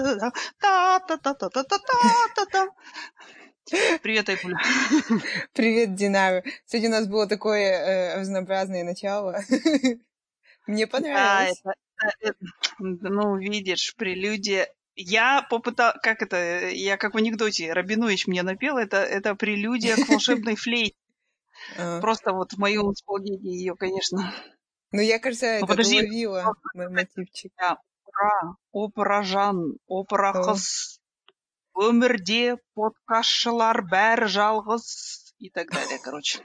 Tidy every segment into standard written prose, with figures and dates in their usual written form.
Та-та-та-та-та-та-та-та-та. Привет, Айгуля. Привет, Динара. Сегодня у нас было такое разнообразное начало. Мне понравилось. Ну, видишь, прелюдия. Я попыталась, я как в анекдоте, Рабинович мне напел, это прелюдия к волшебной флейте. Просто вот в моем исполнении ее, конечно. Ну, я, кажется, Подожди. уловила мой мотивчик. Опера Жан, опера Хос. Өмірде подкастшылар бәрі жалғыз и так далее, короче.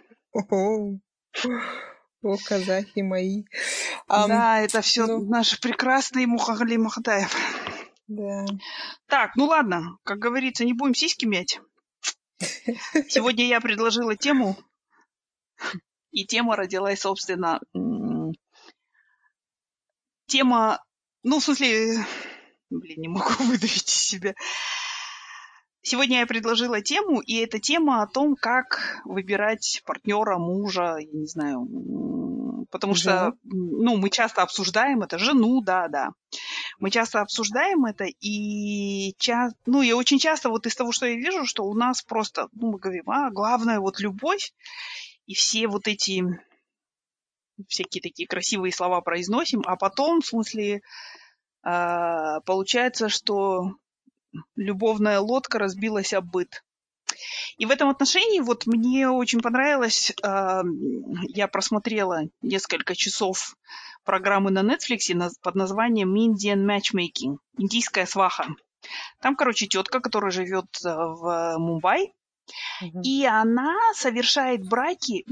О, казахи мои. Да, это все наши прекрасные Мухагали Махатаев. Да. Так, ну ладно, как говорится, не будем сиськи мять. Сегодня я предложила тему, и тема родилась, собственно, тема, ну, в смысле, не могу выдавить из себя. Сегодня я предложила тему, и эта тема о том, как выбирать партнера, мужа, я не знаю, потому что, мы часто обсуждаем это, жену, да. Мы часто обсуждаем это, и очень часто вот из того, что я вижу, что у нас просто, мы говорим, главное вот любовь, и все вот эти всякие такие красивые слова произносим, а потом, в смысле, получается, что любовная лодка разбилась об быт. И в этом отношении вот мне очень понравилось, я просмотрела несколько часов программы на Netflix под названием Indian Matchmaking, индийская сваха. Там, короче, тетка, которая живет в Мумбаи, и она совершает браки,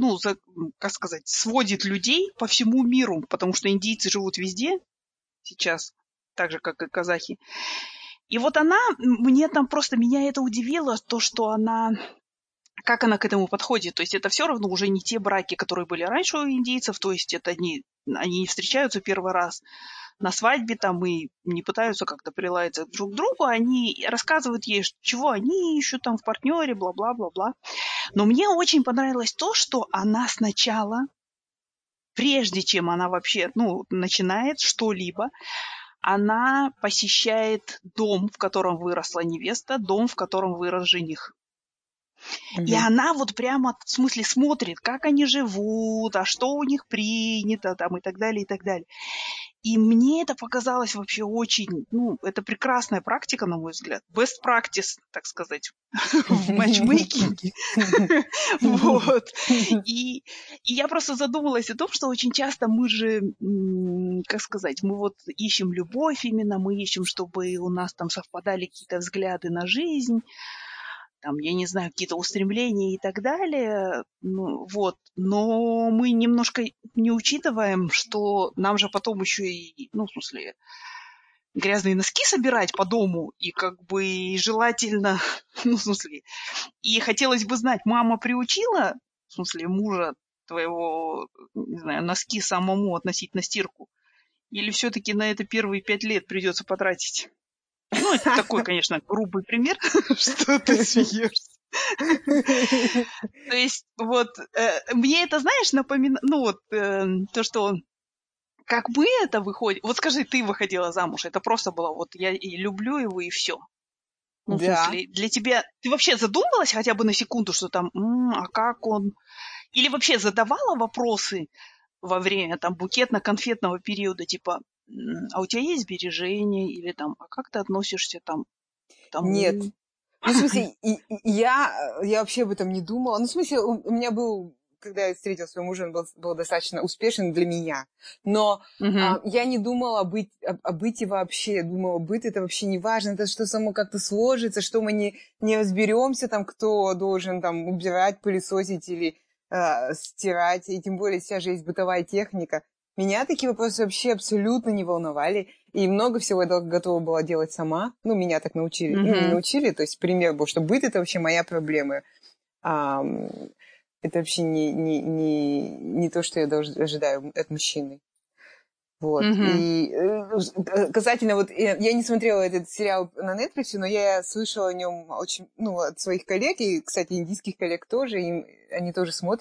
сводит людей по всему миру, потому что индийцы живут везде сейчас, так же, как и казахи. И вот меня это удивило, то, что как она к этому подходит. То есть это все равно уже не те браки, которые были раньше у индейцев, то есть это они не встречаются первый раз на свадьбе там и не пытаются как-то приладиться друг к другу, они рассказывают ей, чего они ищут там в партнере, бла-бла-бла-бла. Но мне очень понравилось то, что она сначала, прежде чем она вообще, начинает что-либо, она посещает дом, в котором выросла невеста, дом, в котором вырос жених. И она вот прямо, в смысле, смотрит, как они живут, а что у них принято, там, и так далее, и так далее. И мне это показалось вообще очень, это прекрасная практика, на мой взгляд. Best practice, так сказать, в матчмейкинге. Вот. И я просто задумалась о том, что очень часто мы же, мы вот ищем любовь именно, мы ищем, чтобы у нас там совпадали какие-то взгляды на жизнь, там, я не знаю, какие-то устремления и так далее, но мы немножко не учитываем, что нам же потом еще и, в смысле, грязные носки собирать по дому, и как бы желательно, и хотелось бы знать, мама приучила, в смысле, мужа твоего, не знаю, носки самому относить на стирку, или все-таки на это первые 5 лет придется потратить? Это такой, конечно, грубый пример, что ты смеешься. То есть, мне это, знаешь, напоминает, то, что как бы это выходит... Вот скажи, ты выходила замуж, это просто было, я и люблю его, и все. В смысле, для тебя... Ты вообще задумалась хотя бы на секунду, что там, а как он... Или вообще задавала вопросы во время там букетно-конфетного периода, типа, а у тебя есть сбережения? Или там, а как ты относишься там к тому? Нет. В смысле, я вообще об этом не думала. В смысле, у меня был, когда я встретила своего мужа, он был достаточно успешен для меня. Но я не думала о быте вообще. Я думала, быт это вообще не важно. Это что само как-то сложится, что мы не разберемся, там, кто должен там убирать, пылесосить или стирать. И тем более сейчас же есть бытовая техника. Меня такие вопросы вообще абсолютно не волновали. И много всего я готова была делать сама. Меня так научили. Не научили, то есть пример был, что быт – это вообще моя проблема. Это вообще не то, что я ожидаю от мужчины. Вот. И касательно, я не смотрела этот сериал на Netflix, но я слышала о нем очень, от своих коллег, и, кстати, индийских коллег тоже, они тоже смотрят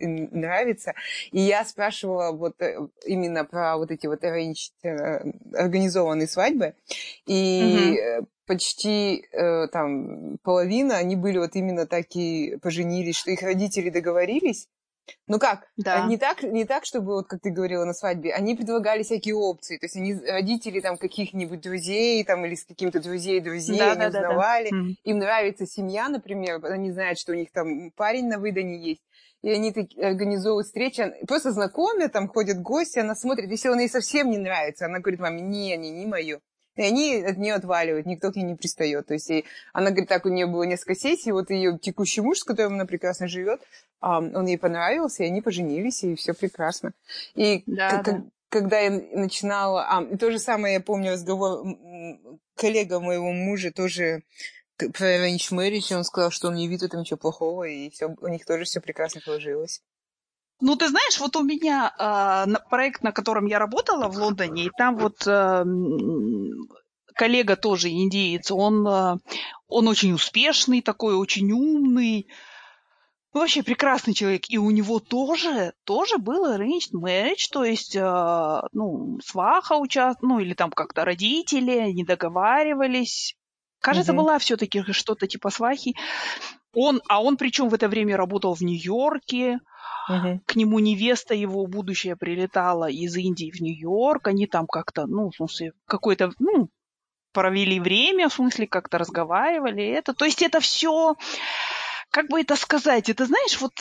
нравится. И я спрашивала вот именно про вот эти вот организованные свадьбы, и почти там половина, они были вот именно такие, поженились, что их родители договорились. Ну как? Да. Не так, чтобы, вот как ты говорила на свадьбе, они предлагали всякие опции. То есть они, родители там каких-нибудь друзей, там, или с какими-то друзей, они узнавали. Им нравится семья, например, они знают, что у них там парень на выдане есть. И они организовывают встречи, просто знакомят, там ходят гости, она смотрит, если он ей совсем не нравится, она говорит маме, не мое. И они от нее отваливают, никто к ней не пристает. То есть она говорит, так, у нее было несколько сессий, вот ее текущий муж, с которым она прекрасно живет, он ей понравился, и они поженились, и все прекрасно. И когда я начинала... И то же самое, я помню разговор, коллега моего мужа тоже про arranged marriage, он сказал, что он не видит в этом ничего плохого, и все, у них тоже все прекрасно сложилось. Ну, ты знаешь, вот у меня проект, на котором я работала в Лондоне, и там вот коллега тоже индиец, он очень успешный такой, очень умный, вообще прекрасный человек. И у него тоже был arranged marriage, то есть, сваха участвовала, или там как-то родители не договаривались. Кажется, была все-таки что-то типа свахи. Он причем в это время работал в Нью-Йорке. К нему невеста его будущая прилетала из Индии в Нью-Йорк. Они там как-то, в смысле, какое-то, провели время, в смысле, как-то разговаривали. Это, то есть это все, как бы это сказать, это, знаешь, вот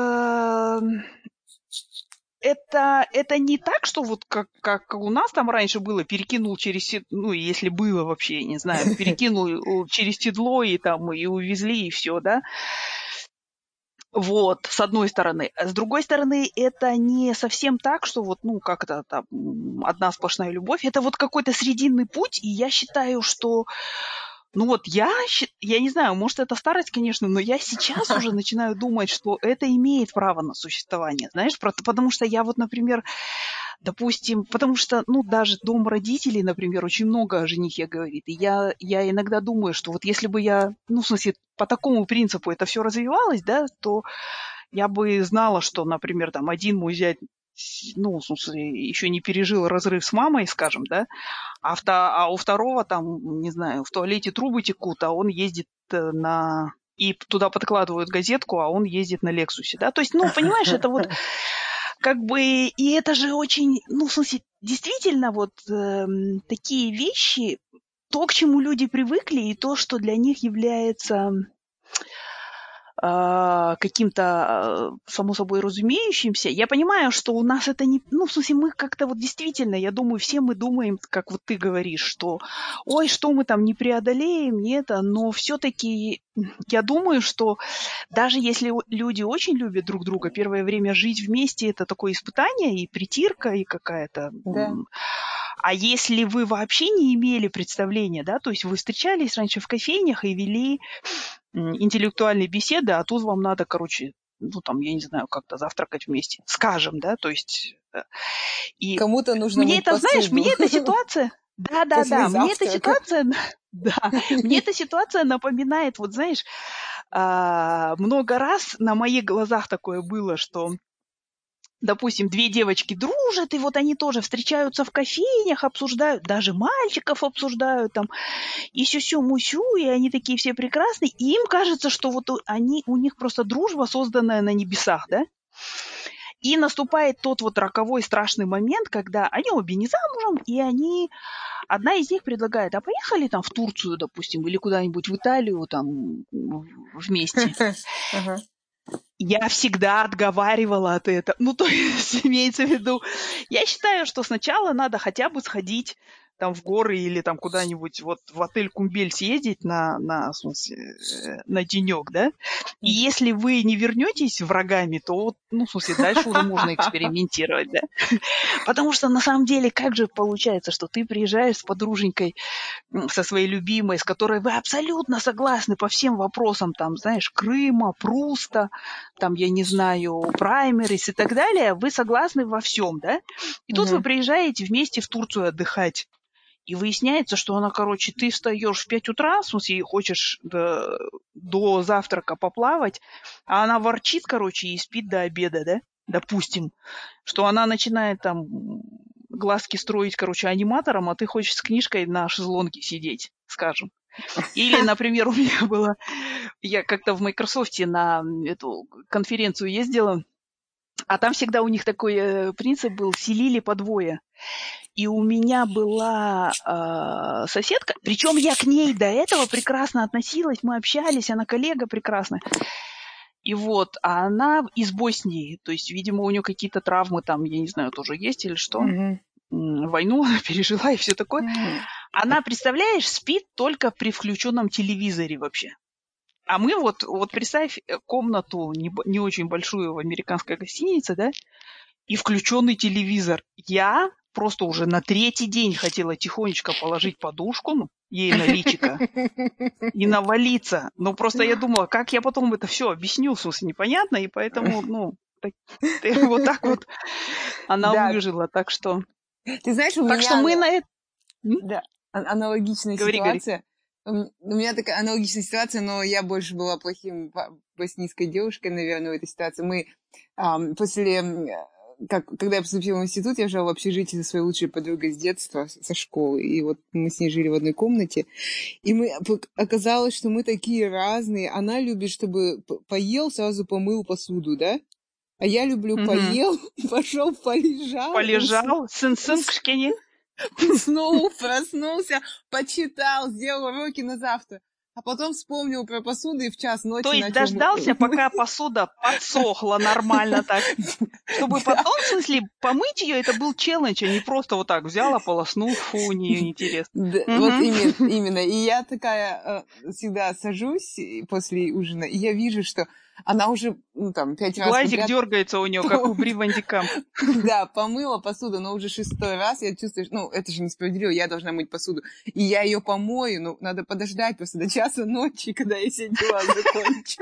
это не так, что вот как у нас там раньше было, перекинул через, если было вообще, не знаю, перекинул через седло и там и увезли, и все, да. Вот, с одной стороны. А с другой стороны, это не совсем так, что вот, как-то там одна сплошная любовь. Это вот какой-то срединный путь, и я считаю, что... я не знаю, может, это старость, конечно, но я сейчас уже начинаю думать, что это имеет право на существование, знаешь, потому что я вот, например, допустим, потому что, даже дом родителей, например, очень много о женихе говорит, и я иногда думаю, что вот если бы я, в смысле, по такому принципу это все развивалось, да, то я бы знала, что, например, там один мой зять, в смысле, еще не пережил разрыв с мамой, скажем, да, а у второго там, не знаю, в туалете трубы текут, а он ездит и туда подкладывают газетку, а он ездит на Лексусе, да, то есть, понимаешь, это вот как бы, и это же очень, в смысле, действительно вот такие вещи, то, к чему люди привыкли, и то, что для них является каким-то, само собой, разумеющимся. Я понимаю, что у нас это не... в смысле, мы как-то вот действительно, я думаю, все мы думаем, как вот ты говоришь, что ой, что мы там не преодолеем, не это, но все-таки я думаю, что даже если люди очень любят друг друга, первое время жить вместе – это такое испытание и притирка, и какая-то... Да. А если вы вообще не имели представления, да, то есть вы встречались раньше в кофейнях и вели интеллектуальные беседы, а тут вам надо, я не знаю, как-то завтракать вместе, скажем, да, то есть... И кому-то нужно мне мыть это, посуду. Знаешь, мне эта ситуация... Да, мне эта ситуация... Да, мне эта ситуация напоминает, вот знаешь, много раз на моих глазах такое было, что... Допустим, две девочки дружат, и вот они тоже встречаются в кофейнях, обсуждают, даже мальчиков обсуждают там, и сю-сю-мусю, и они такие все прекрасные, и им кажется, что вот у них просто дружба, созданная на небесах, да? И наступает тот вот роковой страшный момент, когда они обе не замужем, и одна из них предлагает, а поехали там в Турцию, допустим, или куда-нибудь в Италию там вместе. Я всегда отговаривала от этого. То есть, имеется в виду, я считаю, что сначала надо хотя бы сходить там в горы или там куда-нибудь вот в отель Кумбель съездить на денек, да? И если вы не вернетесь врагами, то, дальше уже можно экспериментировать, да? Потому что на самом деле, как же получается, что ты приезжаешь с подруженькой, со своей любимой, с которой вы абсолютно согласны по всем вопросам, там, знаешь, Крыма, Пруста, там, я не знаю, праймерис и так далее, вы согласны во всем, да? И тут вы приезжаете вместе в Турцию отдыхать. И выясняется, что она, короче, ты встаешь в 5 утра, в смысле, хочешь до завтрака поплавать, а она ворчит, короче, и спит до обеда, да, допустим, что она начинает там глазки строить, короче, аниматором, а ты хочешь с книжкой на шезлонге сидеть, скажем. Или, например, у меня было, я как-то в Microsoft на эту конференцию ездила, а там всегда у них такой принцип был, селили по двое. И у меня была соседка, причем я к ней до этого прекрасно относилась, мы общались, она коллега прекрасная. И вот, а она из Боснии, то есть, видимо, у нее какие-то травмы там, я не знаю, тоже есть или что. Войну она пережила и все такое. Она, представляешь, спит только при включенном телевизоре вообще. А мы вот представь комнату не очень большую в американской гостинице, да, и включенный телевизор. Я просто уже на 3-й день хотела тихонечко положить подушку, ей на личико и навалиться. Но просто я думала, как я потом это все объясню, в смысле, непонятно, и поэтому, вот так вот она выжила. Так что... Ты знаешь, у меня... Так что мы на это... Да, аналогичная ситуация. У меня такая аналогичная ситуация, но я больше была плохим боснийской девушкой, наверное, в этой ситуации. Мы когда я поступила в институт, я жила в общежитии со своей лучшей подругой с детства, со школы. И вот мы с ней жили в одной комнате. И оказалось, что мы такие разные. Она любит, чтобы поел, сразу помыл посуду, да? А я люблю поел, пошел полежал. Полежал, сын-сын к шкине. Уснул, проснулся, почитал, сделал уроки на завтра. А потом вспомнил про посуду и в час ночи начал... То есть дождался, пока посуда подсохла нормально так. Чтобы потом, в смысле, помыть ее, это был челлендж, а не просто вот так взяла, полоснул, фу, неинтересно. Вот именно. И я такая всегда сажусь после ужина, и я вижу, что она уже, 5 раз... Глазик дергается у нее, как у Бри Ван де Камп. Да, помыла посуду, но уже 6-й раз я чувствую, это же несправедливо, я должна мыть посуду. И я ее помою, надо подождать просто до часа ночи, когда я все дела закончу.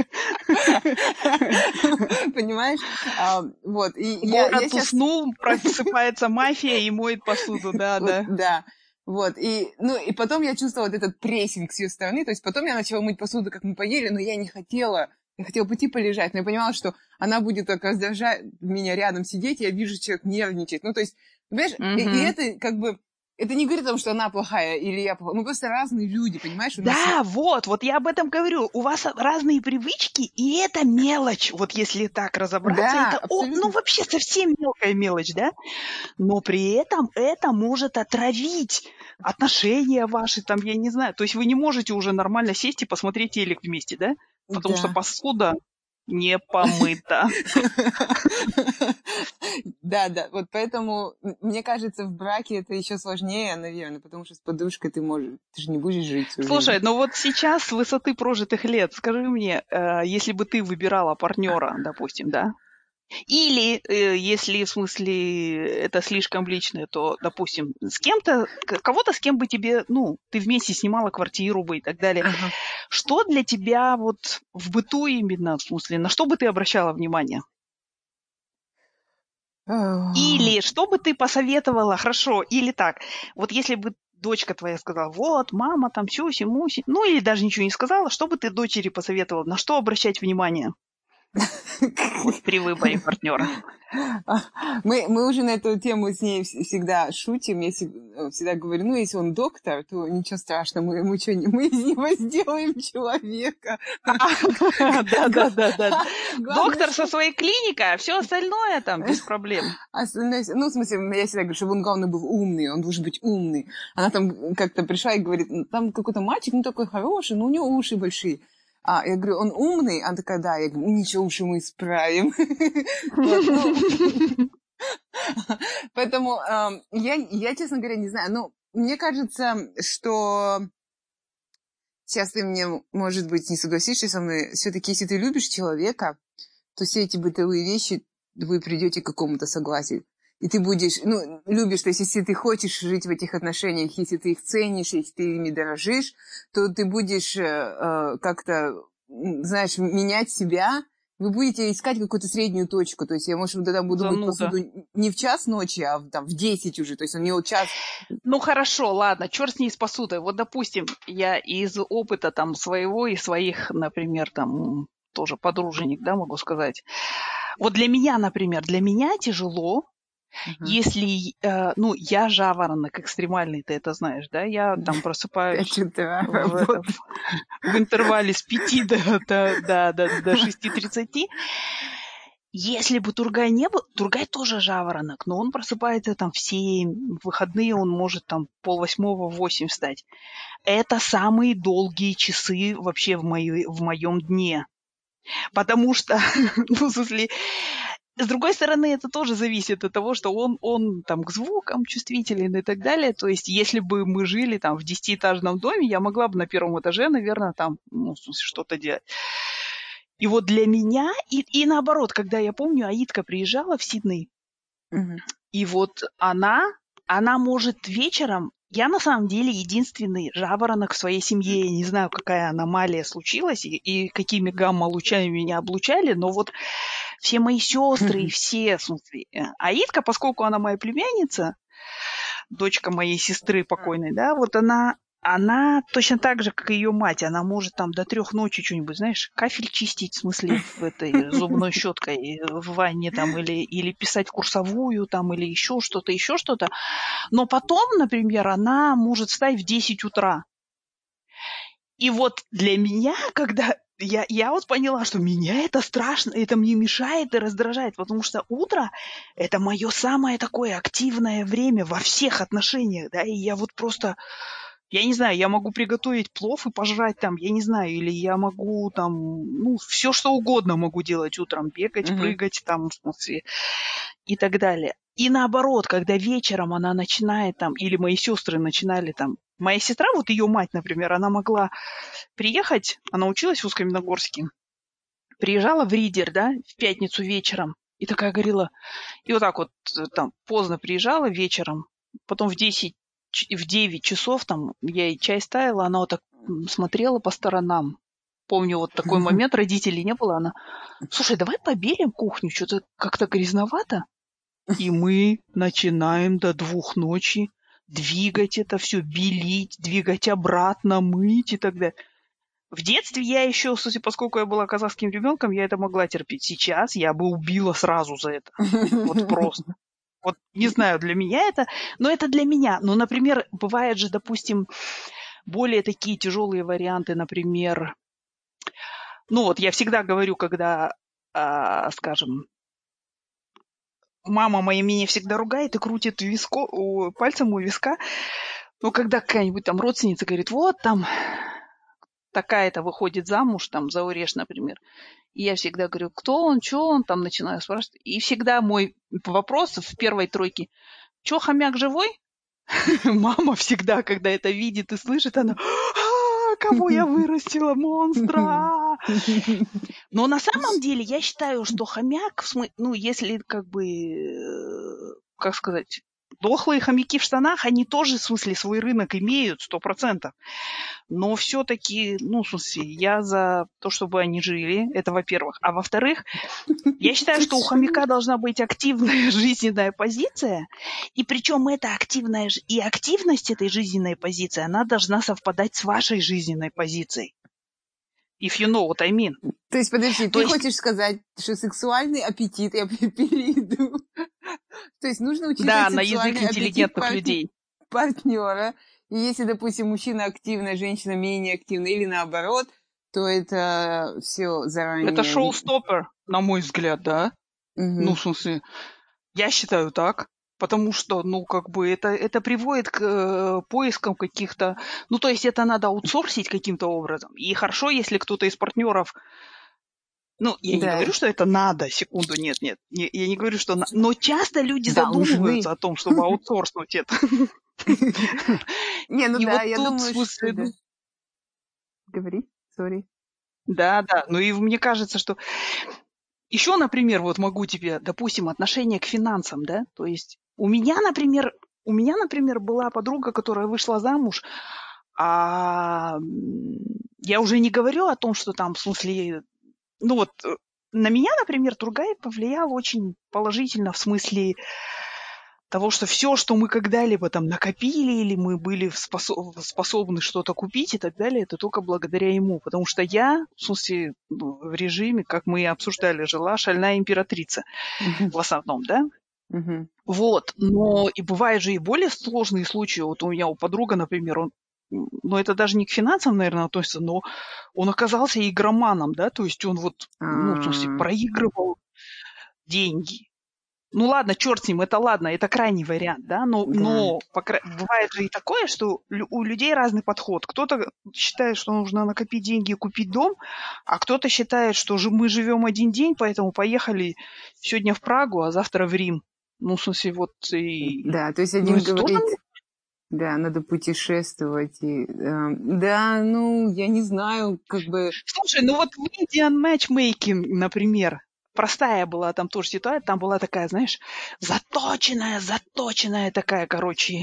Понимаешь? Вот. Город уснул, просыпается мафия и моет посуду, да. Да. Вот, и потом я чувствовала вот этот прессинг с ее стороны, то есть потом я начала мыть посуду, как мы поели, но я не хотела. Я хотела пойти полежать, но я понимала, что она будет так раздражать меня рядом сидеть, я вижу, человек нервничает. То есть, понимаешь, и это как бы... Это не говорит о том, что она плохая или я плохая. Мы просто разные люди, понимаешь? Да, вот я об этом говорю. У вас разные привычки, и это мелочь. Вот если так разобраться, да, это вообще совсем мелкая мелочь, да? Но при этом это может отравить отношения ваши, там, я не знаю. То есть вы не можете уже нормально сесть и посмотреть телек вместе, да? Потому что посуда не помыта. Да, вот поэтому, мне кажется, в браке это еще сложнее, наверное, потому что с подружкой ты же не будешь жить. Слушай, вот сейчас с высоты прожитых лет, скажи мне, если бы ты выбирала партнера, допустим, да? Или, если, в смысле, это слишком личное, то, допустим, кого-то, с кем бы тебе, ты вместе снимала квартиру бы и так далее. Ага. Что для тебя вот в быту именно, в смысле, на что бы ты обращала внимание? Или что бы ты посоветовала, хорошо, или так, вот если бы дочка твоя сказала, вот, мама там сюси-муси, или даже ничего не сказала, что бы ты дочери посоветовала, на что обращать внимание? Вот при выборе партнера. Мы уже на эту тему с ней всегда шутим. Я всегда говорю, если он доктор, то ничего страшного, мы из него сделаем человека. Да. Доктор со своей клиникой, а все остальное там без проблем. В смысле, я всегда говорю, чтобы он, главное, был умный, он должен быть умный. Она там как-то пришла и говорит, там какой-то мальчик, такой хороший, но у него уши большие. Я говорю, он умный? Она такая, да. Я говорю, ничего, уши мы исправим. Поэтому я, честно говоря, не знаю. Но мне кажется, что сейчас ты мне, может быть, не согласишься со мной. Все-таки, если ты любишь человека, то все эти бытовые вещи, вы придете к какому-то согласию. И ты будешь, любишь, то есть если ты хочешь жить в этих отношениях, если ты их ценишь, если ты ими дорожишь, то ты будешь как-то, знаешь, менять себя вы будете искать какую-то среднюю точку. То есть я, может, тогда буду мыть посуду не в час ночи, а там в 10 уже. То есть у него час... Ну, хорошо, ладно, черт с ней с посудой. Вот, допустим, я из опыта там своего и своих, например, там тоже подруженик, да, могу сказать. Вот для меня, например, тяжело, если, ну, я жаворонок экстремальный, ты это знаешь, да, я там просыпаюсь в интервале с 5 до 6:30. Если бы Тургай не был, Тургай тоже жаворонок, но он просыпается там в 7, в выходные он может там 7:30, в 8 встать. Это самые долгие часы вообще в моем дне. Потому что, ну, в смысле, с другой стороны, это тоже зависит от того, что он там к звукам чувствителен и так далее. То есть, если бы мы жили там в 10-этажном доме, я могла бы на первом этаже, наверное, там, ну, в смысле, что-то делать. И вот для меня, и наоборот, когда я помню, Аидка приезжала в Сидней, и вот она может вечером... Я на самом деле единственный жаворонок в своей семье. Я не знаю, какая аномалия случилась и какими гамма-лучами меня облучали, но вот все мои сестры и все... В смысле, Аидка, поскольку она моя племянница, дочка моей сестры покойной, да, вот она точно так же, как и ее мать, она может там до 3 ночи что-нибудь, знаешь, кафель чистить, в смысле, в этой зубной щеткой в ванне там, или писать курсовую там, или еще что-то. Но потом, например, она может встать в 10 утра. И вот для меня, когда я вот поняла, что меня это страшно, это мне мешает и раздражает, потому что утро – это мое самое такое активное время во всех отношениях, да, и я вот просто... Я не знаю, я могу приготовить плов и пожрать там, я не знаю, или я могу там, ну, все что угодно могу делать утром, бегать, прыгать там, в смысле, и так далее. И наоборот, когда вечером она начинает там, или мои сестры начинали там, моя сестра, вот ее мать, например, она могла приехать, она училась в Усть-Каменогорске, приезжала в Ридер, да, в пятницу вечером, и такая говорила, и вот так вот там поздно приезжала вечером, потом в 9 часов там я ей чай ставила, она вот так смотрела по сторонам. Помню, вот такой момент, родителей не было, она, слушай, давай побелим кухню, что-то как-то грязновато. И мы начинаем до 2 ночи двигать это все, белить, двигать обратно, мыть и так далее. В детстве я еще, кстати, поскольку я была казахским ребенком, я это могла терпеть. Сейчас я бы убила сразу за это. Вот просто. Вот не знаю, для меня это, но это для меня. Ну, например, бывает же, допустим, более такие тяжелые варианты, например, ну вот я всегда говорю, когда, скажем, мама моя меня всегда ругает и крутит пальцем у виска, но когда какая-нибудь там родственница говорит, вот там такая-то выходит замуж, там, за Уреш, например, и я всегда говорю, кто он, что он, там начинаю спрашивать. И всегда мой вопрос в первой тройке, что, хомяк живой? Мама всегда, когда это видит и слышит, она, кого я вырастила, монстра! Но на самом деле я считаю, что хомяк, ну, если как бы, как сказать, дохлые хомяки в штанах, они тоже, в смысле, свой рынок имеют 100%. Но все-таки, ну, в смысле, я за то, чтобы они жили, это во-первых. А во-вторых, я считаю, что у хомяка должна быть активная жизненная позиция, и причем эта активная и активность этой жизненной позиции, она должна совпадать с вашей жизненной позицией. If you know what I mean. То есть, подожди, ты хочешь сказать, что сексуальный аппетит, я перейду. То есть нужно учитывать на язык интеллигентных людей. Партнера. И если, допустим, мужчина активный, женщина менее активная, или наоборот, то это все заранее... Это шоу-стоппер, на мой взгляд, да? Ну, в смысле, я считаю так. Потому что, ну, как бы это приводит к поискам каких-то... Ну, то есть это надо аутсорсить каким-то образом. И хорошо, если кто-то из партнеров... Ну, я не говорю, что это надо, секунду, нет. Я не говорю, что... Но часто люди задумываются о том, чтобы аутсорснуть это. Не, ну да, я думаю, что... Говори, сори. Да. Ну и мне кажется, что... Еще, например, вот могу тебе, допустим, отношение к финансам, да? То есть у меня, например, была подруга, которая вышла замуж, а я уже не говорю о том, что там, в смысле, ну вот на меня, например, Тургай повлиял очень положительно в смысле того, что все, что мы когда-либо там накопили или мы были способны что-то купить и так далее, это только благодаря ему. Потому что я, в смысле, в режиме, как мы и обсуждали, жила шальная императрица в основном, да? Вот. Но и бывают же и более сложные случаи. Вот у меня у подруга, например, но это даже не к финансам, наверное, относится, но он оказался игроманом, да, то есть он вот, ну, в смысле, проигрывал деньги. Ну ладно, черт с ним, это ладно, это крайний вариант, да, но бывает же и такое, что у людей разный подход. Кто-то считает, что нужно накопить деньги и купить дом, а кто-то считает, что мы живем один день, поэтому поехали сегодня в Прагу, а завтра в Рим. Ну, в смысле, вот и... Да, то есть один говорит, да, надо путешествовать. И, да, ну, я не знаю, как бы... Слушай, ну вот в Indian Matchmaking, например, простая была там тоже ситуация, там была такая, знаешь, заточенная такая, короче,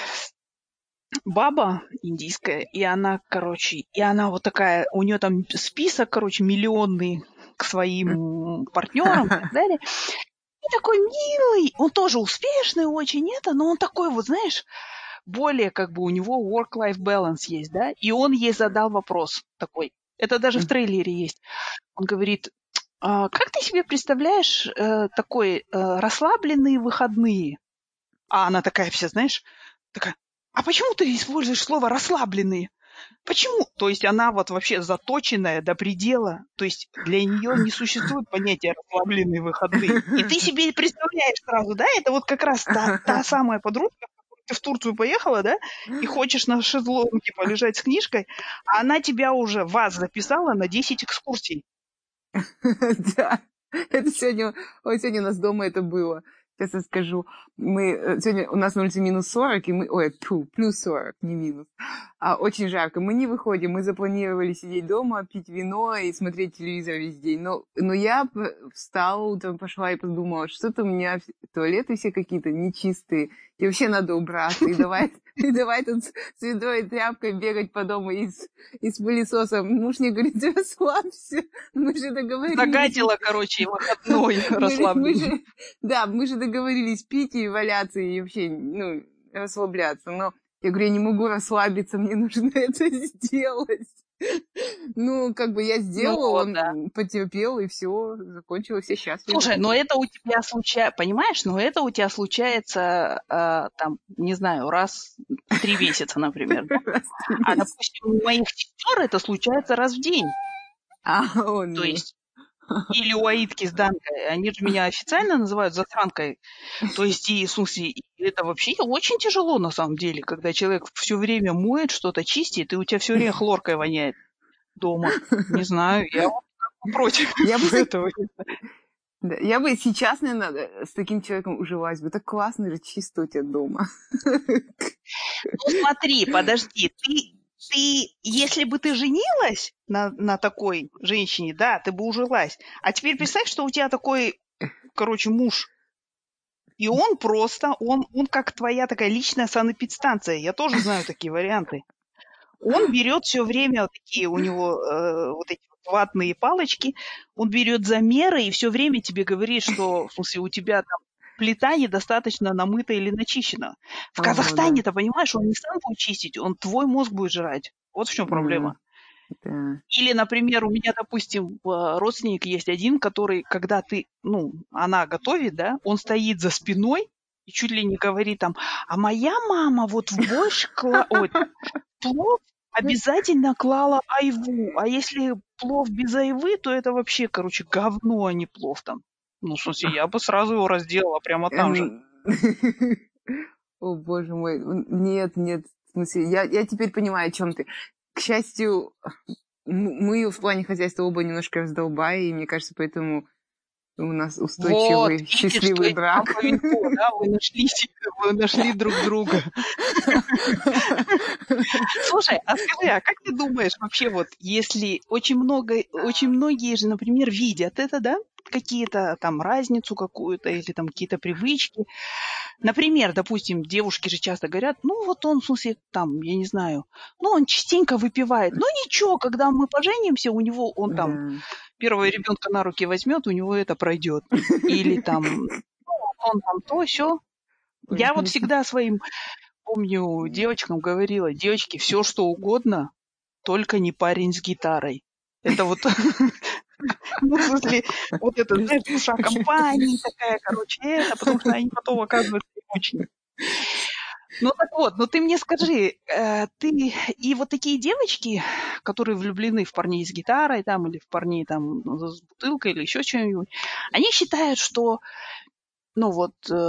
баба индийская, и она, короче, и она вот такая, у нее там список, короче, миллионный к своим партнерам и так далее. И такой милый, он тоже успешный очень, но он такой вот, знаешь, более как бы у него work-life balance есть, да, и он ей задал вопрос такой, это даже в трейлере есть, он говорит, как ты себе представляешь такой расслабленные выходные? А она такая вся, знаешь, такая, а почему ты используешь слово «расслабленные»? Почему? То есть она вот вообще заточенная до предела. То есть для нее не существует понятия «расслабленные выходные». И ты себе представляешь сразу, да, это вот как раз та самая подружка, ты в Турцию поехала, да, и хочешь на шезлонге полежать с книжкой, а она тебя уже, вас записала на 10 экскурсий. Да, это сегодня у нас дома это было. Сейчас я скажу. Сегодня у нас на улице минус 40, и плюс 40, не минус. Очень жарко. Мы не выходим, мы запланировали сидеть дома, пить вино и смотреть телевизор весь день. Но я встала утром, пошла и подумала, что-то у меня туалеты все какие-то нечистые, и вообще надо убраться, и давай тут с ведрой и тряпкой бегать по дому и с пылесосом. Муж мне говорит, расслабься, мы же договорились. Загадила, короче, выходной расслабленный. Да, мы же договорились пить и валяться, и вообще, расслабляться. Но я говорю, я не могу расслабиться, мне нужно это сделать. Ну, как бы я сделала, он потерпел, и все, закончилось, все счастливы. Слушай, но это у тебя случается, понимаешь, но это у тебя случается, там, не знаю, раз в 3 месяца, например. А, допустим, у моих сестер это случается раз в день. То есть, или у Аидки с Данкой, они же меня официально называют засранкой. То есть, и, в смысле, это вообще очень тяжело на самом деле, когда человек все время моет, что-то чистит, и у тебя все время хлоркой воняет дома. Не знаю, я против этого. Да, я бы сейчас, наверное, с таким человеком ужилась бы. Так классно же, чисто у тебя дома. Ну смотри, подожди, ты, если бы ты женилась на такой женщине, да, ты бы ужилась. А теперь представь, что у тебя такой, короче, муж. И он просто, он как твоя такая личная санэпидстанция. Я тоже знаю такие варианты. Он берет все время вот такие у него вот эти ватные палочки, он берет замеры и все время тебе говорит, что, в смысле, у тебя там плита недостаточно намыта или начищена. В Казахстане-то, понимаешь, он не сам будет чистить, он твой мозг будет жрать. Вот в чем проблема. Да. Или, например, у меня, допустим, родственник есть один, который, когда ты, она готовит, да, он стоит за спиной и чуть ли не говорит там, а моя мама вот в борщ плов обязательно клала айву, а если плов без айвы, то это вообще, короче, говно, а не плов там. Ну, в смысле, я бы сразу его разделала прямо там же. О, боже мой. Нет, в смысле, я теперь понимаю, о чем ты. К счастью, мы в плане хозяйства оба немножко раздолбаи, и мне кажется, поэтому у нас устойчивый, вот, счастливый брак. Да, вы нашли друг друга. Слушай, а скажи, а как ты думаешь вообще вот, если очень многие же, например, видят это, да, какие-то там разницу какую-то или там какие-то привычки. Например, допустим, девушки же часто говорят, вот он, в смысле, там, я не знаю, он частенько выпивает. Ну ничего, когда мы поженимся, у него он там первого ребенка на руки возьмет, у него это пройдет. Или там, он там то, сё. Я вот всегда своим, помню, девочкам говорила: девочки, все что угодно, только не парень с гитарой. Это вот, ну, в смысле, вот это, знаешь, душа компании такая, короче, это, потому что они потом оказываются не очень. Ну так вот, ну ты мне скажи, ты и вот такие девочки, которые влюблены в парней с гитарой там или в парней там с бутылкой или еще что-нибудь, они считают, что, ну вот,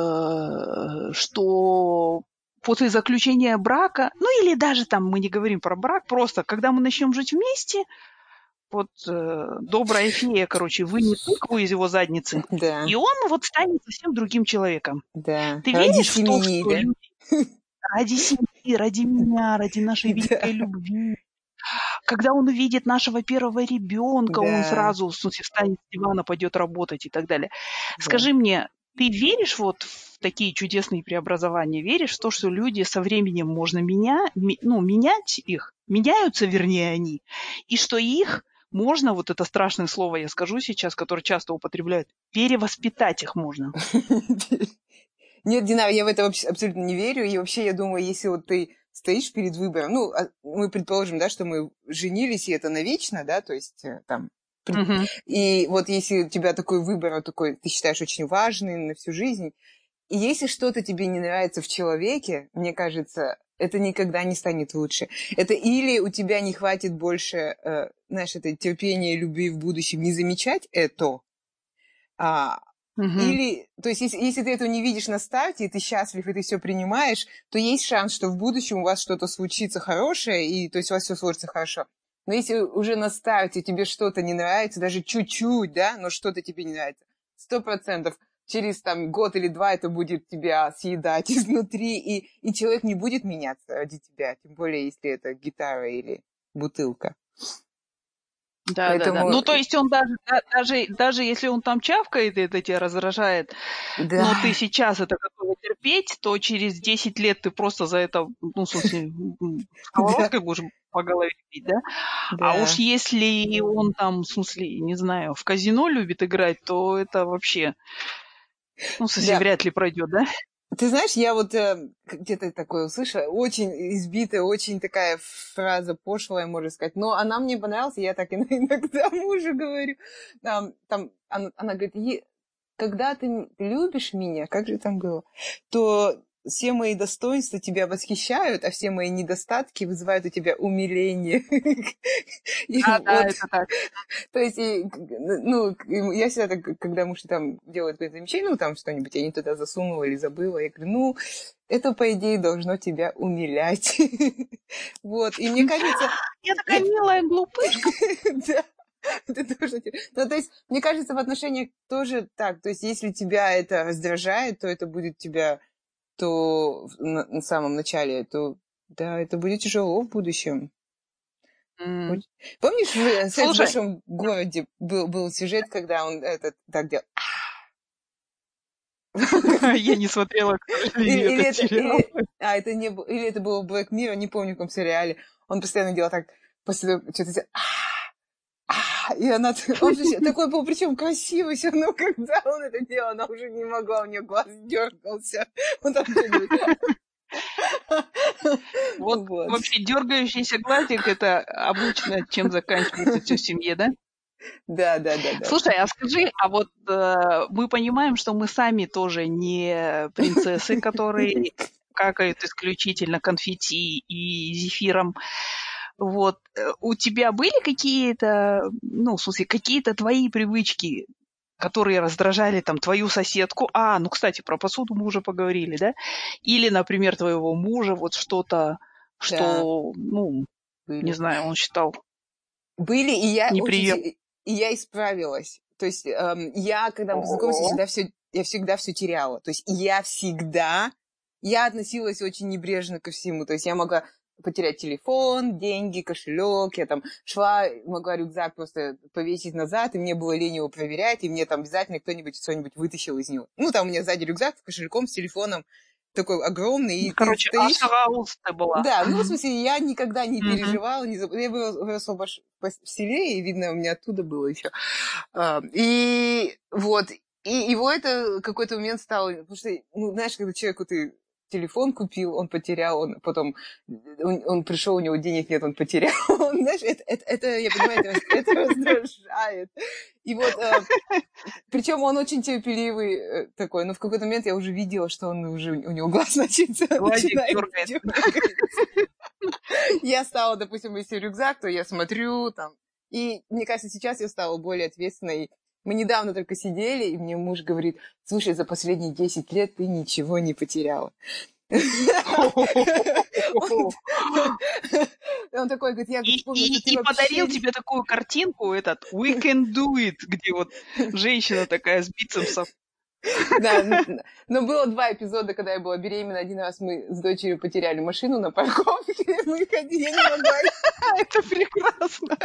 что после заключения брака, ну или даже там мы не говорим про брак, просто когда мы начнем жить вместе, вот добрая фея, короче, вынет тыкву из его задницы, Да, и он вот станет совсем другим человеком. да. Ты Ради веришь в то, семьи, что да? люди ради семьи, ради меня, ради нашей великой Да, любви, когда он увидит нашего первого ребенка, он да, сразу, в смысле, встанет с дивана, пойдет работать и так далее. да. Скажи мне, ты веришь вот в такие чудесные преобразования? Веришь в то, что люди со временем можно менять их, меняются, вернее, они, и что их можно, вот это страшное слово я скажу сейчас, которое часто употребляют, перевоспитать их можно? Нет, Динара, я в это вообще абсолютно не верю. И вообще, я думаю, если вот ты стоишь перед выбором, ну, мы предположим, да, что мы женились, и это навечно, да, то есть там... Мгм. И вот если у тебя такой выбор, вот такой, ты считаешь очень важный на всю жизнь, и если что-то тебе не нравится в человеке, мне кажется, это никогда не станет лучше. Это или у тебя не хватит больше, знаешь, этой терпения и любви в будущем не замечать это, Мгм. или, то есть, если ты этого не видишь на старте, и ты счастлив, и ты все принимаешь, то есть шанс, что в будущем у вас что-то случится хорошее, и то есть у вас все сложится хорошо. Но если уже на старте тебе что-то не нравится, даже чуть-чуть, да, но что-то тебе не нравится, 100% через там год или два это будет тебя съедать изнутри, и человек не будет меняться ради тебя, тем более, если это гитара или бутылка. Да-да-да. Поэтому, Ну, то есть он даже если он там чавкает, и это тебя раздражает, да, но ты сейчас это готова терпеть, то через 10 лет ты просто за это, ну, в смысле, да, сковородкой будешь по голове бить, да? А уж да. если он там, в смысле, не знаю, в казино любит играть, то это вообще, ну, в смысле, Да, вряд ли пройдет, да? ты знаешь, я вот где-то такое услышала, очень избитая, очень такая фраза пошлая, можно сказать, но она мне понравилась, и я так иногда мужу говорю. Там она говорит, когда ты любишь меня, как же там было, то все мои достоинства тебя восхищают, а все мои недостатки вызывают у тебя умиление. И Да, вот, это так. то есть, ну, я всегда так, когда муж там делает какое-то замечание, ну, там что-нибудь я не туда засунула или забыла, я говорю, ну, это, по идее, должно тебя умилять. Вот, и мне кажется... Я такая милая глупышка. Да, это тоже... Ну, то есть, мне кажется, в отношениях тоже так. То есть, если тебя это раздражает, то это будет тебя... То на самом начале, то да, это будет тяжело в будущем. М. Помнишь, в «Секс в Слушай, большом городе» был сюжет, когда он так делал? я не смотрела, к сожалению, этот сериал. Это не был, или это было Black Mirror, не помню, в каком сериале. Он постоянно делал так, после того, что-то делал, и она, он же такой был, причем красивый, все равно, когда он это делал, она уже не могла, у нее глаз дергался. Он там что-нибудь... Вот Вот. вообще дергающийся глазик — это обычно чем заканчивается все в семье, да? Да. Слушай, а скажи, а вот мы понимаем, что мы сами тоже не принцессы, которые какают исключительно конфетти и зефиром. Вот. У тебя были какие-то, ну, в смысле, какие-то твои привычки, которые раздражали там твою соседку? Ну, кстати, про посуду мы уже поговорили, да? Или, например, твоего мужа, вот что-то, Да, что, ну, не были. знаю, он считал Были, и я неприемлемым. и я исправилась. То есть я, когда мы познакомились, О, я всегда все теряла. То есть я относилась очень небрежно ко всему. То есть я могла потерять телефон, деньги, кошелек. Я там могла рюкзак просто повесить назад, и мне было лень его проверять, и мне там обязательно кто-нибудь что-нибудь вытащил из него. Ну, там у меня сзади рюкзак с кошельком, с телефоном. такой огромный, и Короче, ты стоишь... Ашгаус ты была. Да, ну, в смысле, я никогда не переживала, я выросла в селе, и, видно, у меня оттуда было еще. И вот, и его это какой-то момент стало, потому что, ну, знаешь, когда человеку ты телефон купил, он потерял, он потом, он пришел, у него денег нет, он потерял. Он, знаешь, это, я понимаю, это раздражает. И вот, причем он очень терпеливый такой, но в какой-то момент я уже видела, что он уже, у него глаз начинает дергать. Я стала, допустим, если рюкзак, то я смотрю там. И мне кажется, сейчас я стала более ответственной. Мы недавно только сидели, и мне муж говорит: слушай, за последние 10 лет ты ничего не потеряла. Он такой говорит, я вспомнила, что ты и подарил тебе такую картинку, этот We Can Do It, где вот женщина такая с бицепсом. Да, но было 2 эпизода, когда я была беременна. Один раз мы с дочерью потеряли машину на парковке. Мы ходили, я не могла. Это прекрасно.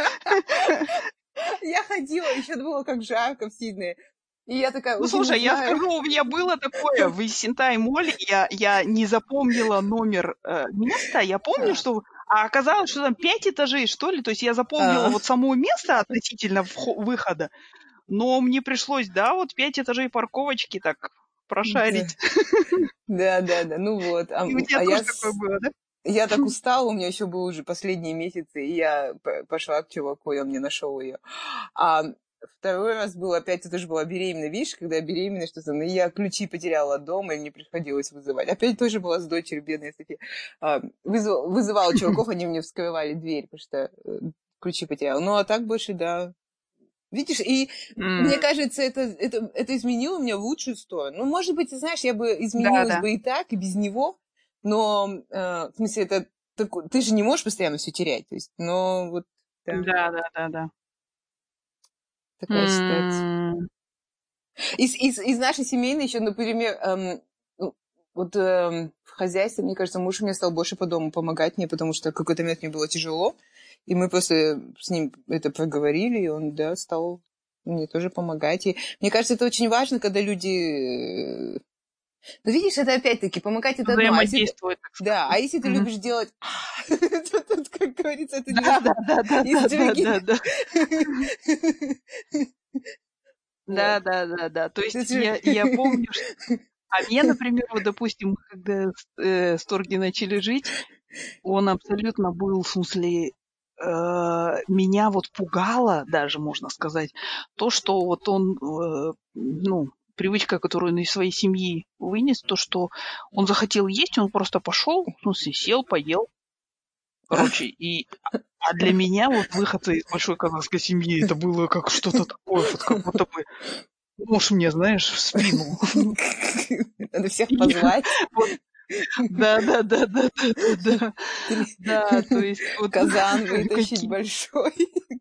Я ходила, еще было как жарко в Сиднее. И я такая, ну, слушай, я скажу, у меня было такое в Исентай-моле, я не запомнила номер места, я помню, что... А оказалось, что там 5 этажей, что ли, то есть я запомнила вот само место относительно выхода, но мне пришлось, да, вот 5 этажей парковочки так прошарить. Да, ну вот. И у тебя тоже такое было, да? Я так устала, у меня еще был уже последние месяцы, и я пошла к чуваку, и он мне нашел ее. А второй раз был, опять это же была беременная, видишь, когда я беременная, что-то, ну, я ключи потеряла от дома, и мне приходилось вызывать. Опять тоже была с дочерью, бедная София. Вызывала чуваков, они мне вскрывали дверь, потому что ключи потеряла. Ну, а так больше, да. Видишь, и мне кажется, это изменило меня в лучшую сторону. Ну, может быть, ты знаешь, я бы изменилась бы и так, и без него, но, в смысле, это ты же не можешь постоянно все терять, то есть, но вот... Да. Такая ситуация. Из нашей семейной еще, например, вот в хозяйстве, мне кажется, муж мне стал больше по дому помогать мне, потому что в какой-то момент мне было тяжело, и мы просто с ним это проговорили, и он, да, стал мне тоже помогать. И мне кажется, это очень важно, когда люди... Ну, видишь, это опять-таки помогать это одно. Да, а если ты любишь делать... Тут, как говорится, это не Да. То есть я помню, что... А мне, например, вот, допустим, когда с Торги начали жить, он абсолютно был, в смысле, меня вот пугало даже, можно сказать, то, что вот он, ну, привычка, которую он из своей семьи вынес, то, что он захотел есть, он просто пошел, в смысле, сел, поел. Короче, а для меня вот выходцы из большой казахской семьи, это было как что-то такое, вот как будто бы нож мне, знаешь, в спину. Надо всех позвать. Да. Да, то есть... Казан вытащить большой.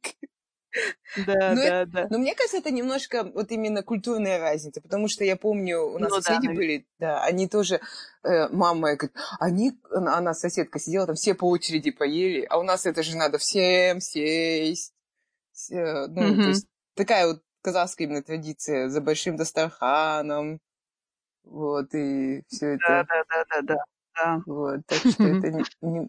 Да. Но мне кажется, это немножко вот именно культурная разница, потому что я помню, у нас соседи были, да, они тоже, мама моя говорит, она соседка сидела, там все по очереди поели, а у нас это же надо всем сесть. Ну, то есть такая вот казахская именно традиция за большим дастарханом, вот, и все это. Да. Вот, так что это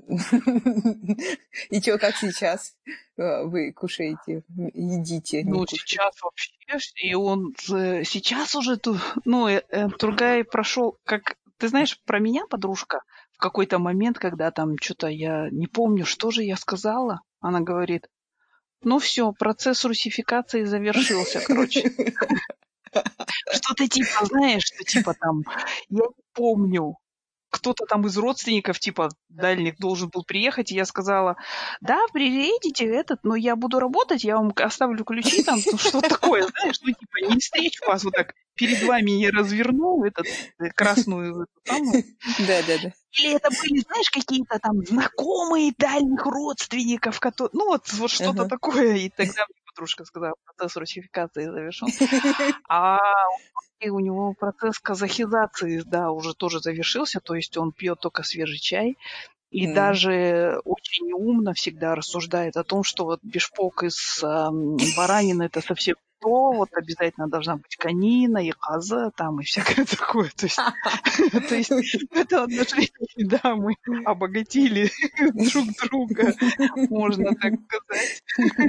И что, как сейчас вы кушаете, едите? Ну, сейчас вообще, и он сейчас уже, ну, Тургай прошел, как, ты знаешь, про меня подружка в какой-то момент, когда там что-то я не помню, что же я сказала, она говорит, ну все, процесс русификации завершился, короче. Что-то типа, знаешь, что типа там, я не помню, кто-то там из родственников, типа, дальних должен был приехать, и я сказала, да, приедете, но я буду работать, я вам оставлю ключи, там, что-то такое, знаешь, ну, типа, не встречу вас, вот так перед вами не разверну красную самую. Да. Или это были, знаешь, какие-то там знакомые дальних родственников, которые, ну, вот что-то такое, и тогда мне подружка сказала, процесс русификации завершен. А у него процесс казахизации, да, уже тоже завершился, то есть он пьет только свежий чай и даже очень умно всегда рассуждает о том, что вот бешпок из баранины – это совсем то вот обязательно должна быть конина и коза там и всякое такое. То есть это отношение, да, мы обогатили друг друга, можно так сказать.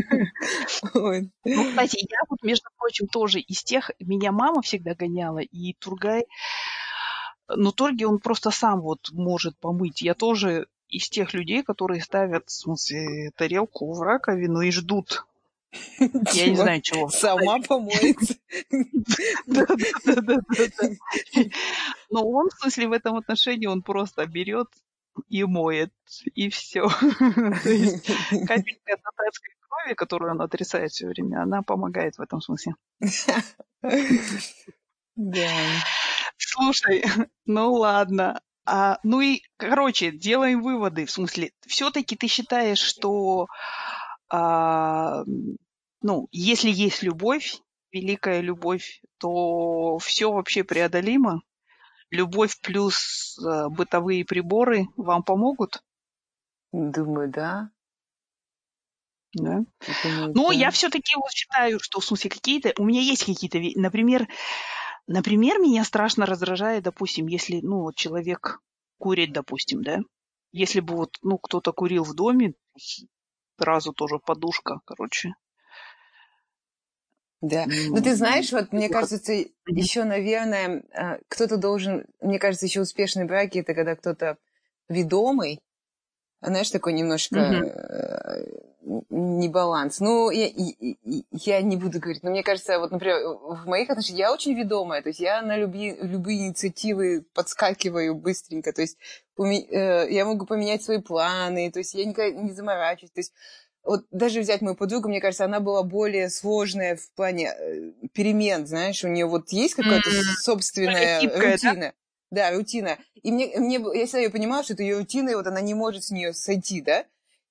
Ну, кстати, я вот, между прочим, тоже из тех, меня мама всегда гоняла, и Тургай, но Торги, он просто сам вот может помыть. Я тоже из тех людей, которые ставят, в смысле, тарелку в раковину и ждут. Я не знаю, чего. Сама помоется. Да. Но он, в смысле, в этом отношении, он просто берет и моет, и все. То есть капелька татарской крови, которую он отрицает все время, она помогает в этом смысле. Да. Слушай, ну ладно. Ну и, короче, делаем выводы. В смысле, все-таки ты считаешь, что ну, если есть любовь, великая любовь, то все вообще преодолимо? Любовь плюс бытовые приборы вам помогут? Думаю, да. Да? Думаю, Ну, да. я все-таки вот считаю, что, в смысле, у меня есть какие-то, например, меня страшно раздражает, допустим, если, ну, вот человек курит, допустим, да? Если бы вот, ну, кто-то курил в доме, сразу тоже подушка, короче. Да. Ну, ты знаешь, вот мне кажется, еще, наверное, кто-то должен... Мне кажется, еще успешные браки — это когда кто-то ведомый, знаешь, такой немножко небаланс. Ну, я не буду говорить, но мне кажется, вот, например, в моих отношениях я очень ведомая, то есть я на любые инициативы подскакиваю быстренько, то есть я могу поменять свои планы, то есть я никогда не заморачиваюсь, то есть вот даже взять мою подругу, мне кажется, она была более сложная в плане перемен, знаешь, у нее вот есть какая-то собственная рутина. Да, рутина. И я всегда ее понимала, что это ее рутина, и вот она не может с нее сойти, да?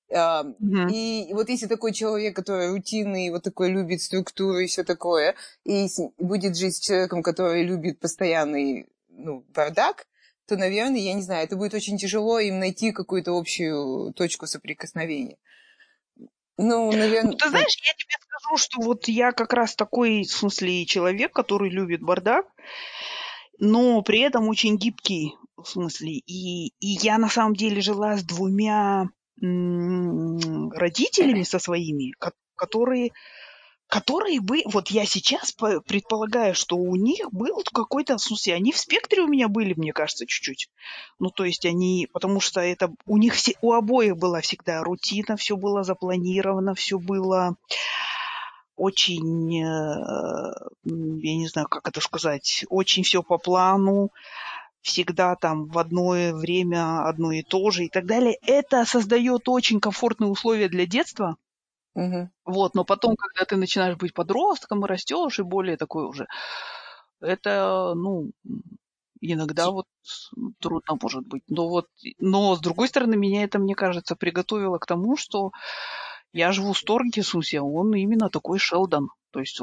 И вот если такой человек, который рутинный, вот такой любит структуру и все такое, и будет жить с человеком, который любит постоянный, ну, бардак, то, наверное, я не знаю, это будет очень тяжело им найти какую-то общую точку соприкосновения. Ну, наверное... Ну, ты знаешь, я тебе скажу, что вот я как раз такой, в смысле, человек, который любит бардак, но при этом очень гибкий, в смысле. И я на самом деле жила с двумя родителями со своими, которые бы, вот я сейчас предполагаю, что у них был какой-то, в смысле, они в спектре у меня были, мне кажется, чуть-чуть. Ну, то есть они, потому что это у них у обоих была всегда рутина, все было запланировано, все было очень, я не знаю, как это сказать, очень все по плану, всегда там в одно время одно и то же и так далее. Это создает очень комфортные условия для детства. Вот, но потом, когда ты начинаешь быть подростком и растешь, и более такой уже, это, ну, иногда вот трудно может быть. Но с другой стороны, меня это, мне кажется, приготовило к тому, что я живу с Торги, в смысле, он именно такой Шелдон. То есть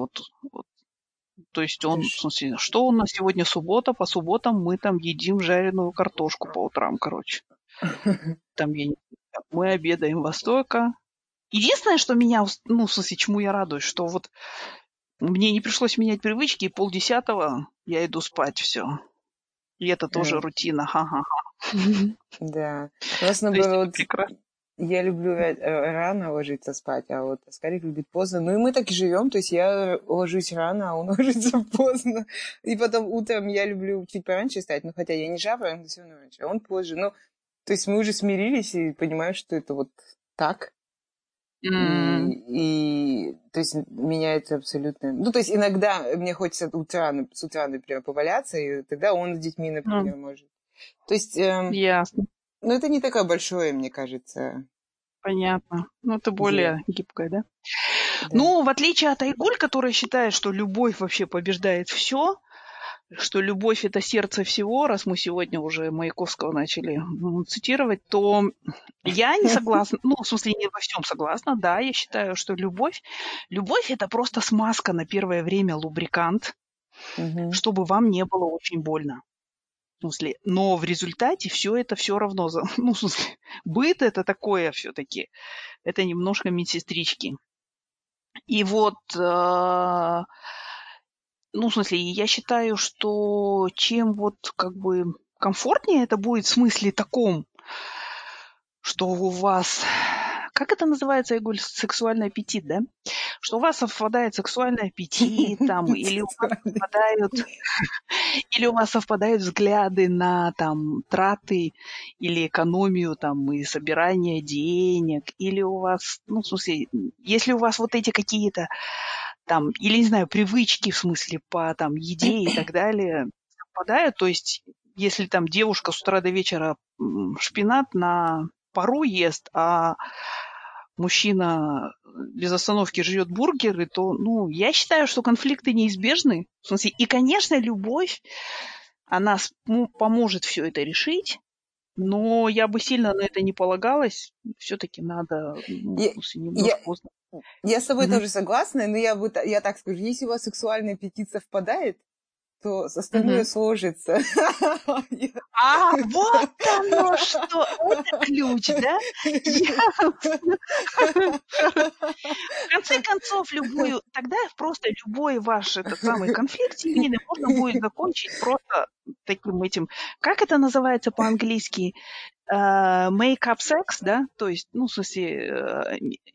то есть он, в смысле, что у нас сегодня суббота, по субботам мы там едим жареную картошку по утрам, короче. Там мы обедаем во столько. Единственное, что меня, ну, в смысле, чему я радуюсь, что вот мне не пришлось менять привычки, и 9:30 я иду спать, все. И это тоже рутина, ха-ха-ха. Да. У нас, наоборот, я люблю рано ложиться спать, а вот Оскарик любит поздно. Ну и мы так и живем, то есть я ложусь рано, а он ложится поздно. И потом утром я люблю чуть пораньше встать, ну хотя я не жаба, но все равно раньше, а он позже. Ну, то есть мы уже смирились и понимаем, что это вот так. И то есть меня это абсолютно... Ну, то есть иногда мне хочется с утра, например, поваляться, и тогда он с детьми, например, может. То есть... Ясно. Ну, это не такое большое, мне кажется. Понятно. Ну, это более гибкое, да? Ну, в отличие от Айгуль, которая считает, что любовь вообще побеждает все, что любовь — это сердце всего, раз мы сегодня уже Маяковского начали цитировать, то я не согласна. Ну, в смысле, не во всем согласна. Да, я считаю, что любовь — это просто смазка на первое время, лубрикант, чтобы вам не было очень больно. В смысле, но в результате все это все равно... Ну, в смысле, быт — это такое все-таки. Это немножко медсестрички. И вот, ну, в смысле, я считаю, что чем вот как бы комфортнее это будет в смысле таком, что у вас, как это называется, Игорь, сексуальный аппетит, да? Что у вас совпадает сексуальный аппетит, там, или у вас совпадают взгляды на там траты или экономию там и собирание денег, или у вас, ну, в смысле, если у вас вот эти какие-то там, или, не знаю, привычки, в смысле, по там еде и так далее совпадают, то есть если там девушка с утра до вечера шпинат на пару ест, а мужчина без остановки жрет бургеры, то, ну, я считаю, что конфликты неизбежны. В смысле, и, конечно, любовь, она поможет все это решить, но я бы сильно на это не полагалась. Все-таки надо, ну, Я, немножко я, узнать. я с тобой Мгм. тоже согласна, но я так скажу, если у вас сексуальный аппетит совпадает, то остальное Мгм. сложится. А, вот оно что! Это ключ, да? В конце концов, тогда просто любой ваш этот самый конфликт семейный можно будет закончить просто таким этим, как это называется по-английски? Make-up sex, да? То есть, ну, в смысле,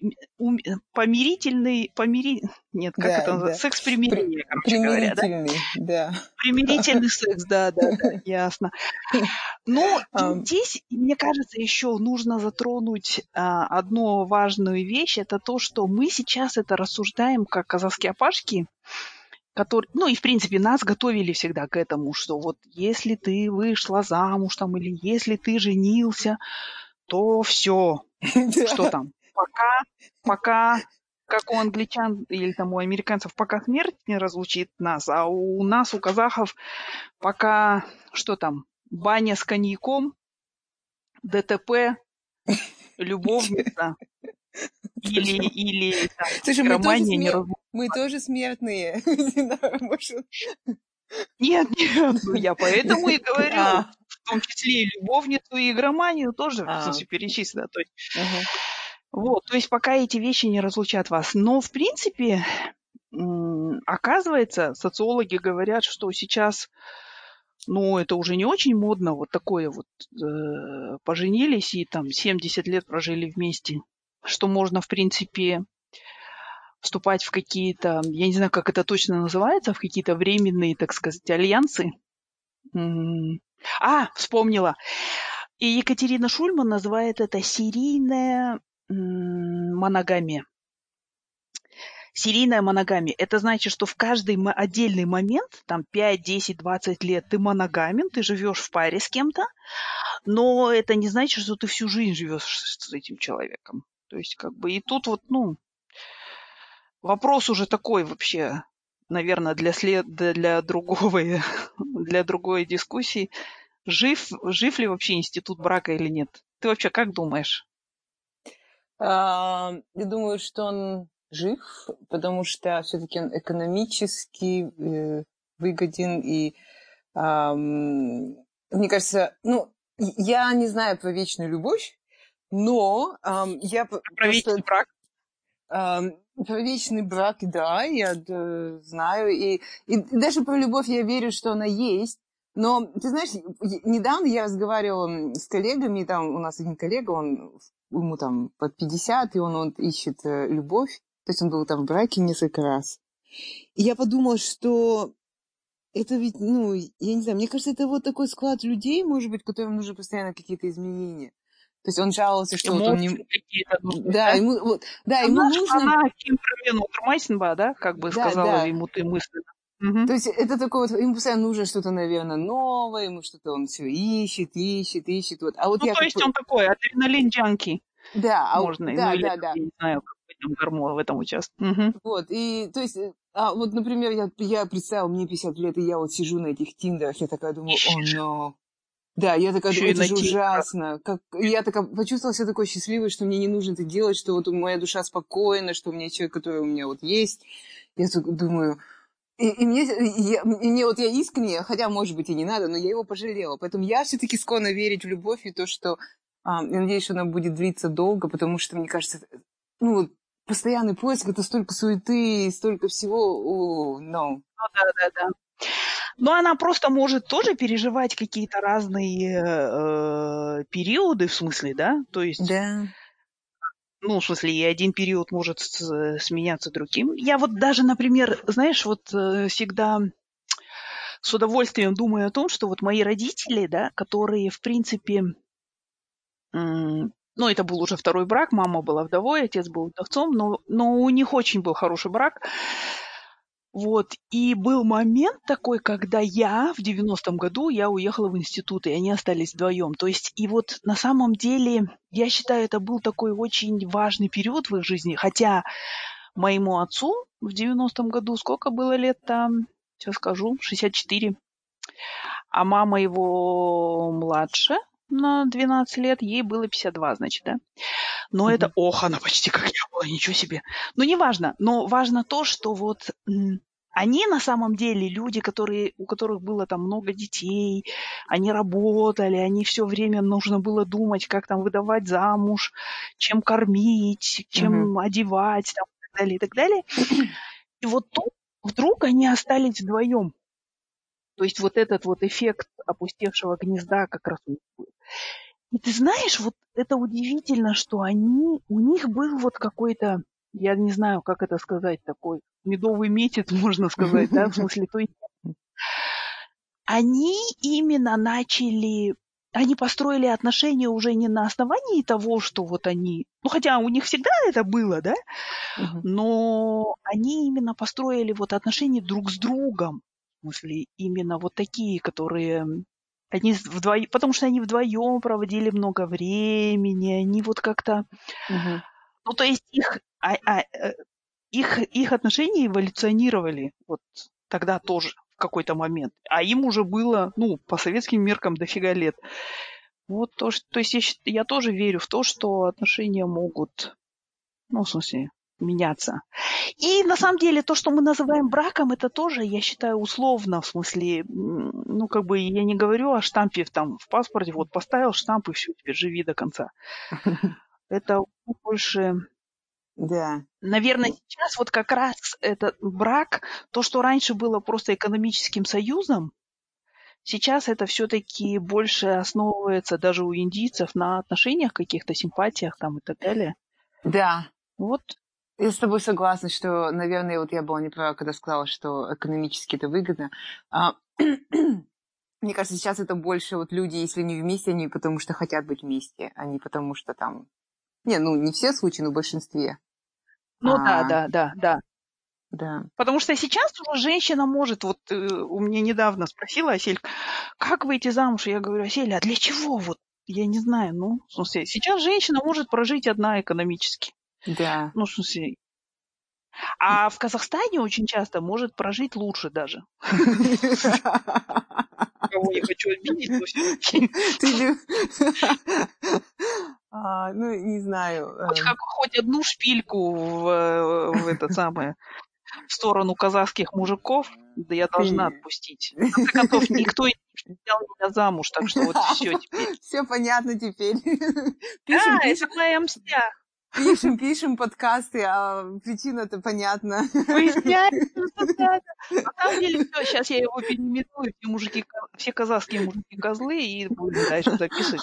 нет, как это Да, называется? да. Секс примирения, короче говоря, да? Примирительный, да. Примирительный секс, да, ясно. Ну, и Ам, здесь, мне кажется, еще нужно затронуть одну важную вещь. Это то, что мы сейчас это рассуждаем как казахские опашки, которые, ну и в принципе нас готовили всегда к этому, что вот если ты вышла замуж там или если ты женился, то все, что Да. там, пока, как у англичан или там у американцев, пока смерть не разлучит нас, а у нас, у казахов, пока, что там, баня с коньяком, ДТП, любовница или там Слушай, игромания не разлучит. мы тоже смертные. Нет, нет, ну я поэтому и говорю, А, в том числе и любовницу, и игроманию тоже, в а, смысле, перечислила. То есть, ага. вот, то есть пока эти вещи не разлучат вас. Но, в принципе, оказывается, социологи говорят, что сейчас, ну, это уже не очень модно, вот такое вот, поженились и там 70 лет прожили вместе, что можно, в принципе, вступать в какие-то, я не знаю, как это точно называется, в какие-то временные, так сказать, альянсы. Вспомнила. И Екатерина Шульман называет это серийная моногамия. Серийная моногамия. Это значит, что в каждый отдельный момент, там 5, 10, 20 лет ты моногамен, ты живешь в паре с кем-то, но это не значит, что ты всю жизнь живешь с этим человеком. То есть, как бы, и тут вот, ну, вопрос уже такой вообще, наверное, для для другой дискуссии. Жив ли вообще институт брака или нет? Ты вообще как думаешь? Я думаю, что он жив, потому что все-таки он экономически выгоден. И мне кажется, ну, я не знаю про вечную любовь, но я Про просто вечный брак? про вечный брак, да, я знаю. И даже про любовь я верю, что она есть. Но, ты знаешь, недавно я разговаривала с коллегами, там у нас один коллега, ему там под 50, и он ищет любовь. То есть он был там в браке несколько раз. И я подумала, что это ведь, ну, я не знаю, мне кажется, это вот такой склад людей, может быть, которым нужны постоянно какие-то изменения. То есть он жаловался, что вот он не... Эмоции какие-то нужны, Да, да? ему Она ж нужно... она Кимберли да, как бы Да, сказала да. ему ты мысленно. Мгм. То есть это такое вот, ему постоянно нужно что-то, наверное, новое, ему что-то он все ищет. Вот. А вот Ну, я то как есть бы... он такой адреналин-джанки Да, можно, ну да, или да, там, да. я не знаю, как в этом гормон в этом участвует. Мгм. Вот, и, то есть, вот, например, я представила, мне 50 лет, и я вот сижу на этих тиндерах, я такая думаю, о, Ищешь no. Да, я такая думаю, еще и это же найти. ужасно. Я такая почувствовала себя такой счастливой, что мне не нужно это делать, что вот моя душа спокойна, что у меня человек, который у меня вот есть. Я так думаю, и мне вот я искренне, хотя, может быть, и не надо, но я его пожалела. Поэтому я все-таки склонна верить в любовь и то, что я надеюсь, что она будет длиться долго, потому что, мне кажется, ну, вот постоянный поиск, это столько суеты, столько всего, Ну, да. Но она просто может тоже переживать какие-то разные периоды, в смысле, да? То есть, Да. ну, в смысле, и один период может сменяться другим. Я вот даже, например, знаешь, вот всегда с удовольствием думаю о том, что вот мои родители, да, которые, в принципе, ну, это был уже второй брак, мама была вдовой, отец был вдовцом, но у них очень был хороший брак. Вот, и был момент такой, когда я в 90-м году, я уехала в институт, и они остались вдвоем. То есть, и вот на самом деле, я считаю, это был такой очень важный период в их жизни, хотя моему отцу в 90-м году сколько было лет там, сейчас скажу, 64, а мама его младше на 12 лет, ей было 52, значит, да. Но это, она почти как я была, ничего себе. Ну, неважно, но важно то, что вот они на самом деле люди, у которых было там много детей, они работали, они все время нужно было думать, как там выдавать замуж, чем кормить, чем одевать, там, и так далее, и так далее. И вот тут вдруг они остались вдвоем. То есть вот этот вот эффект опустевшего гнезда как раз у них был. И ты знаешь, вот это удивительно, что у них был вот какой-то, я не знаю, как это сказать, такой медовый месяц, можно сказать, да, в смысле, то есть они именно они построили отношения уже не на основании того, что вот они, ну, хотя у них всегда это было, да, но они именно построили вот отношения друг с другом, в смысле, именно вот такие, которые потому что они вдвоем проводили много времени, они вот как-то, ну, то есть их отношения эволюционировали вот тогда тоже в какой-то момент, а им уже было, ну, по советским меркам дофига лет. Вот то есть я тоже верю в то, что отношения могут, ну, в смысле, меняться. И на самом деле то, что мы называем браком, это тоже, я считаю, условно, в смысле, ну, как бы я не говорю о штампе там в паспорте, вот поставил штамп и все, теперь живи до конца. Это больше... Да. Наверное, сейчас вот как раз этот брак, то, что раньше было просто экономическим союзом, сейчас это все-таки больше основывается даже у индийцев на отношениях, каких-то симпатиях там и так далее. Да. Вот. Я с тобой согласна, что, наверное, вот я была неправа, когда сказала, что экономически это выгодно. Мне кажется, сейчас это больше вот люди, если не вместе, они потому что хотят быть вместе, а не потому что там... не все случаи, но в большинстве. Ну да. Да. Потому что сейчас уже женщина может, вот у меня недавно спросила Асель, как выйти замуж? Я говорю, Асель, а для чего? Вот я не знаю, ну, в смысле, сейчас женщина может прожить одна экономически. Да. Ну, в смысле. А в Казахстане очень часто может прожить лучше даже. Кого я хочу обидеть, но все-таки. Ну, не знаю. Хоть одну шпильку в это самое, в сторону казахских мужиков, да я должна отпустить. В конце концов, никто не взял меня замуж, так что вот все теперь. Все понятно теперь. Да, это моя мстя. Пишем подкасты, а причина-то понятна. Выясняется, да. На самом деле, все, сейчас я его переименую, все казахские мужики козлы, и будем дальше записывать.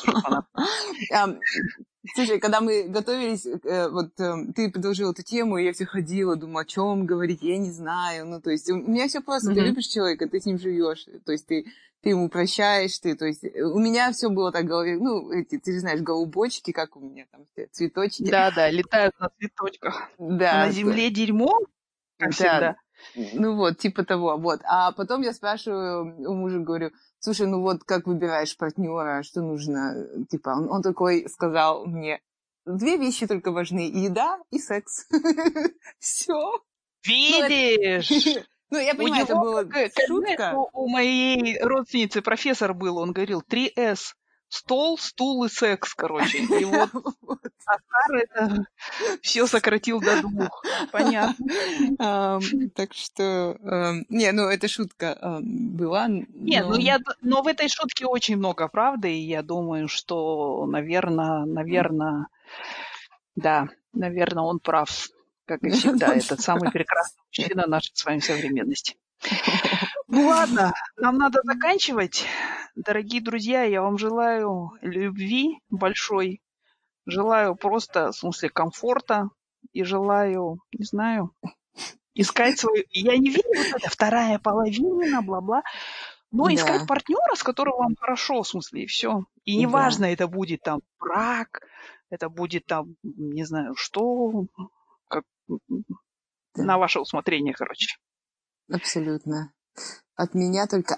Слушай, когда мы готовились, вот ты предложила эту тему, и я все ходила, думаю, о чем говорить, я не знаю. Ну, то есть у меня все просто, ты любишь человека, ты с ним живешь, то есть ты ему прощаешь, то есть у меня все было так в голове, ну, ты же знаешь, голубочки, как у меня там все, цветочки. Да, летают на цветочках. Да. А на земле дерьмо, как всегда. Ну вот, типа того, вот. А потом я спрашиваю у мужа, говорю, слушай, ну вот как выбираешь партнера, что нужно? Типа, он такой сказал мне, 2 вещи только важны, еда и секс. Все. Видишь? Ну, я понимаю, это была шутка. У моей родственницы профессор был, он говорил, 3С. Стол, стул и секс, короче. И вот Асар это все сократил до 2. Понятно. Так что... ну, это шутка была. Но в этой шутке очень много правды, и я думаю, что, наверное, он прав. как и всегда, этот самый прекрасный мужчина нашей с вами современности. Ну ладно, нам надо заканчивать. Дорогие друзья, я вам желаю любви большой, желаю просто, в смысле, комфорта и желаю, не знаю, искать свою... Я не верю в это, вторая половина, бла-бла, но искать партнера, с которым вам хорошо, в смысле, и все. И неважно, это будет там брак, это будет там, не знаю, что, как... на ваше усмотрение, короче. Абсолютно. От меня только...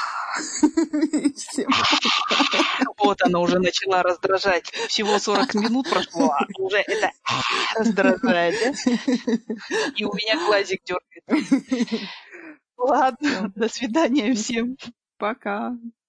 Вот она уже начала раздражать. Всего 40 минут прошло, а уже это раздражает, да? И у меня глазик дергает. Ладно, до свидания всем. Пока.